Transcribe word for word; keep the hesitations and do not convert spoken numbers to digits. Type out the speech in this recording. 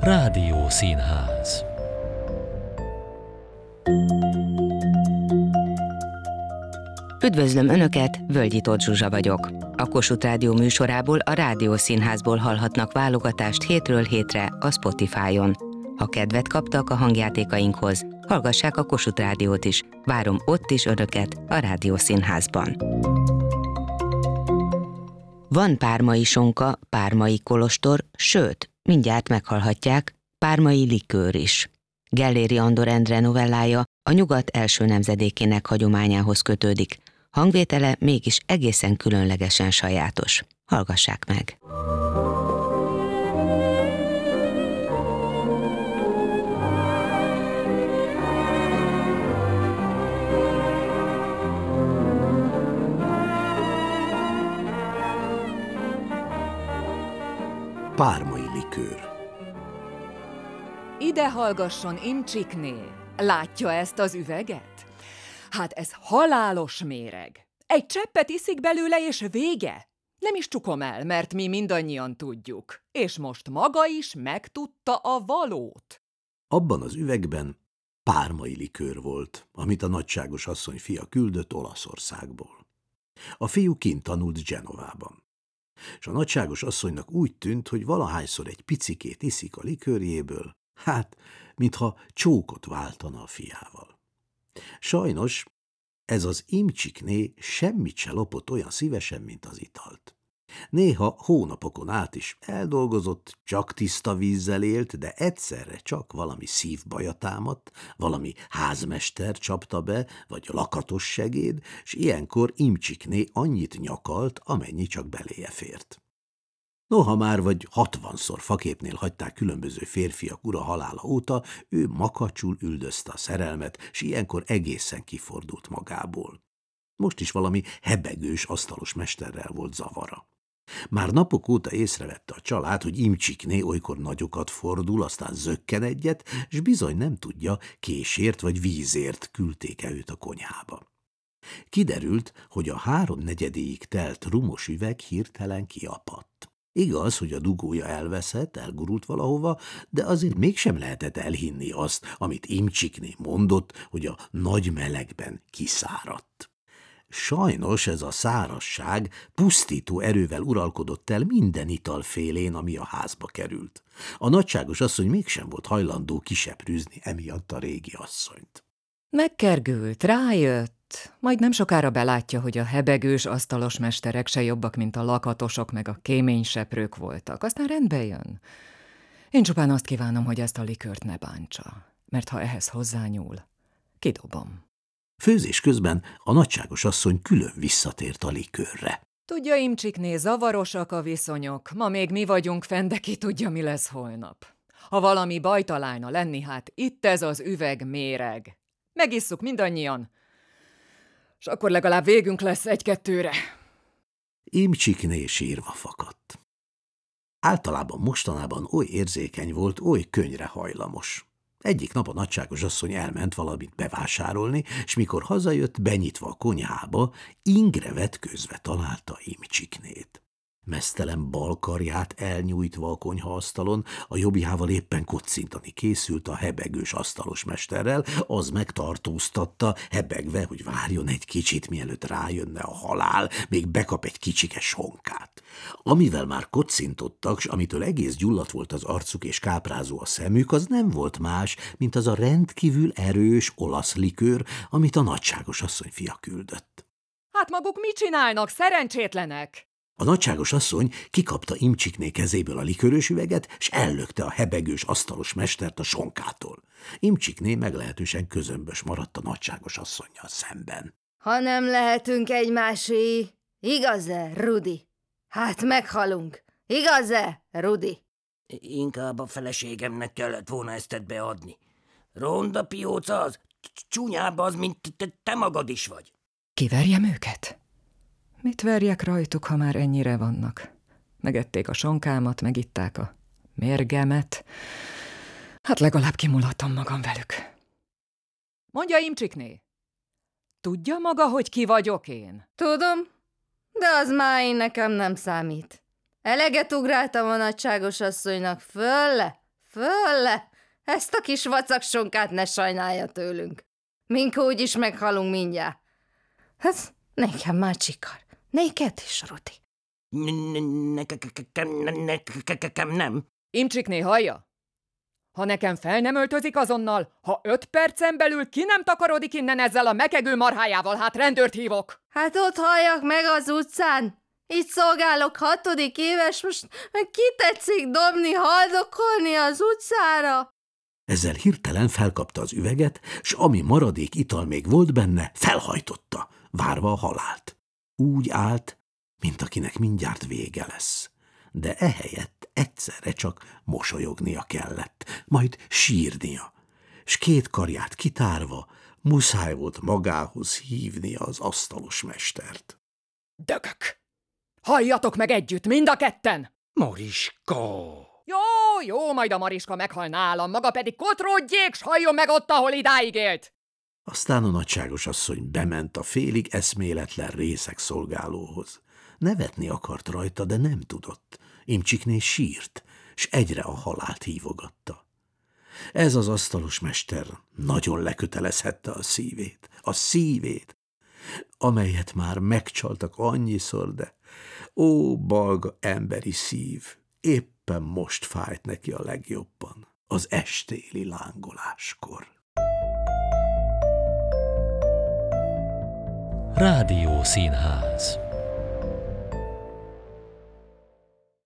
Rádió Színház. Üdvözlöm Önöket, Völgyi Tóth Zsuzsa vagyok. A Kossuth Rádió műsorából, a Rádió Színházból hallhatnak válogatást hétről hétre a Spotify-on. Ha kedvet kaptak a hangjátékainkhoz, hallgassák a Kossuth Rádiót is. Várom ott is Önöket a Rádió Színházban. Van pármai sonka, pármai kolostor, sőt, mindjárt meghallhatják, pármai likőr is. Gelléri Andor Endre novellája a nyugat első nemzedékének hagyományához kötődik. Hangvétele mégis egészen különlegesen sajátos. Hallgassák meg! Pármai likőr. Ide hallgasson, Imcsikné! Látja ezt az üveget? Hát ez halálos méreg. Egy cseppet iszik belőle, és vége. Nem is csukom el, mert mi mindannyian tudjuk. És most maga is megtudta a valót. Abban az üvegben pármai likőr volt, amit a nagyságos asszony fia küldött Olaszországból. A fiú kint tanult Genovában. És a nagyságos asszonynak úgy tűnt, hogy valahányszor egy picikét iszik a likőrjéből, hát, mintha csókot váltana a fiával. Sajnos ez az Imcsikné semmit se lopott olyan szívesen, mint az italt. Néha hónapokon át is eldolgozott, csak tiszta vízzel élt, de egyszerre csak valami szívbaja támadt, valami házmester csapta be, vagy lakatos segéd, s ilyenkor Imcsikné annyit nyakalt, amennyi csak beléje fért. Noha már vagy hatvanszor faképnél hagyták különböző férfiak ura halála óta, ő makacsul üldözte a szerelmet, s ilyenkor egészen kifordult magából. Most is valami hebegős asztalos mesterrel volt zavara. Már napok óta észrevette a család, hogy Imcsikné olykor nagyokat fordul, aztán zökken egyet, s bizony nem tudja, késért vagy vízért küldték-e őt a konyhába. Kiderült, hogy a háromnegyedéig telt rumos üveg hirtelen kiapadt. Igaz, hogy a dugója elveszett, elgurult valahova, de azért mégsem lehetett elhinni azt, amit Imcsikné mondott, hogy a nagy melegben kiszáradt. Sajnos ez a szárazság pusztító erővel uralkodott el minden italfélén, ami a házba került. A nagyságos asszony mégsem volt hajlandó kiseprűzni emiatt a régi asszonyt. Megkergült, rájött, majd nem sokára belátja, hogy a hebegős asztalos mesterek se jobbak, mint a lakatosok meg a kéményseprők voltak. Aztán rendbe jön. Én csupán azt kívánom, hogy ezt a likőrt ne bántsa, mert ha ehhez hozzányúl, kidobom. Főzés közben a nagyságos asszony külön visszatért a likőrre. Tudja, Imcsikné, zavarosak a viszonyok. Ma még mi vagyunk fenn, de ki tudja, mi lesz holnap. Ha valami baj találna lenni, hát itt ez az üveg méreg. Megisszuk mindannyian, és akkor legalább végünk lesz egy-kettőre. Imcsikné sírva fakadt. Általában mostanában oly érzékeny volt, oly könnyre hajlamos. Egyik nap a nagyságos asszony elment valamit bevásárolni, és mikor hazajött, benyitva a konyhába, Ingre vetközve találta Imcsiknét. Meztelen bal karját elnyújtva a konyhaasztalon, a jobbjával éppen kocintani készült a hebegős asztalos mesterrel, az megtartóztatta, hebegve, hogy várjon egy kicsit, mielőtt rájönne a halál, még bekap egy kicsike sonkát. Amivel már kocintottak, s amitől egész gyulladt volt az arcuk és káprázó a szemük, az nem volt más, mint az a rendkívül erős olasz likőr, amit a nagyságos asszony fia küldött. Hát maguk mit csinálnak, szerencsétlenek? A nagyságos asszony kikapta Imcsikné kezéből a likőrös üveget, s ellökte a hebegős asztalos mestert a sonkától. Imcsikné meglehetősen közömbös maradt a nagyságos asszonnyal szemben. Ha nem lehetünk egymásé, igaz-e, Rudi? Hát meghalunk. Igaz-e, Rudi? Inkább a feleségemnek kellett volna ezt beadni. Ronda pióca az, csúnyább az, mint te magad is vagy. Kiverjem őket? Mit verjek rajtuk, ha már ennyire vannak? Megették a sonkámat, megitták a mérgemet. Hát legalább kimulatom magam velük. Mondja, Imcsikné, tudja maga, hogy ki vagyok én? Tudom, de az már én nekem nem számít. Eleget ugráltam a nagyságos asszonynak fölle, Fölle! Ezt a kis vacaksonkát ne sajnálja tőlünk. Mink úgyis meghalunk mindjárt. Hát nekem már csikar. Néked is, Rudi. Nekem nem. Imcsikné, hallja? Ha nekem fel nem öltözik azonnal, ha öt percen belül ki nem takarodik innen ezzel a mekegő marhájával, hát rendőrt hívok. Hát ott halljak meg az utcán. Itt szolgálok hatodik éves, most meg ki tetszik dobni, haldokolni az utcára? Ezzel hirtelen felkapta az üveget, s ami maradék ital még volt benne, felhajtotta, várva a halált. Úgy állt, mint akinek mindjárt vége lesz. De ehelyett egyszerre csak mosolyognia kellett, majd sírnia, s két karját kitárva muszáj volt magához hívnia az asztalos mestert. Dögök! Halljatok meg együtt, mind a ketten! Mariska! Jó, jó, majd a Mariska meghal nálam, maga pedig kotródjék, s halljon meg ott, ahol idáig élt! Aztán a nagyságos asszony bement a félig eszméletlen részeg szolgálóhoz. Nevetni akart rajta, de nem tudott. Imcsikné sírt, s egyre a halált hívogatta. Ez az asztalos mester nagyon lekötelezhette a szívét, a szívét, amelyet már megcsaltak annyiszor, de ó, balga emberi szív, éppen most fájt neki a legjobban, az estéli lángoláskor. Rádió Színház.